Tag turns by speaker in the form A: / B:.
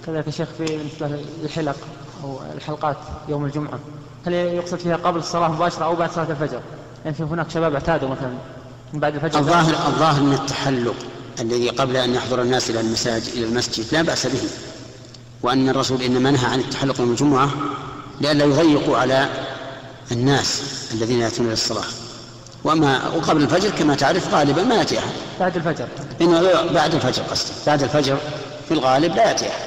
A: كذلك يا شيخ في مثل الحلق أو الحلقات يوم الجمعة، هل يقصد فيها قبل الصلاة مباشرة أو بعد صلاة الفجر؟ يعني في هناك شباب اعتادوا مثلا من بعد الفجر.
B: الظاهر أن التحلق الذي قبل أن يحضر الناس إلى المسجد لا بأس به، وأن الرسول إنما نهى عن التحلق يوم الجمعة لئلا يضيقوا على الناس الذين يأتون للصلاة. وقبل الفجر كما تعرف غالبا ما يأتي أحد.
A: بعد الفجر.
B: بعد الفجر قصدي، بعد الفجر في الغالب لا يأتي أحد.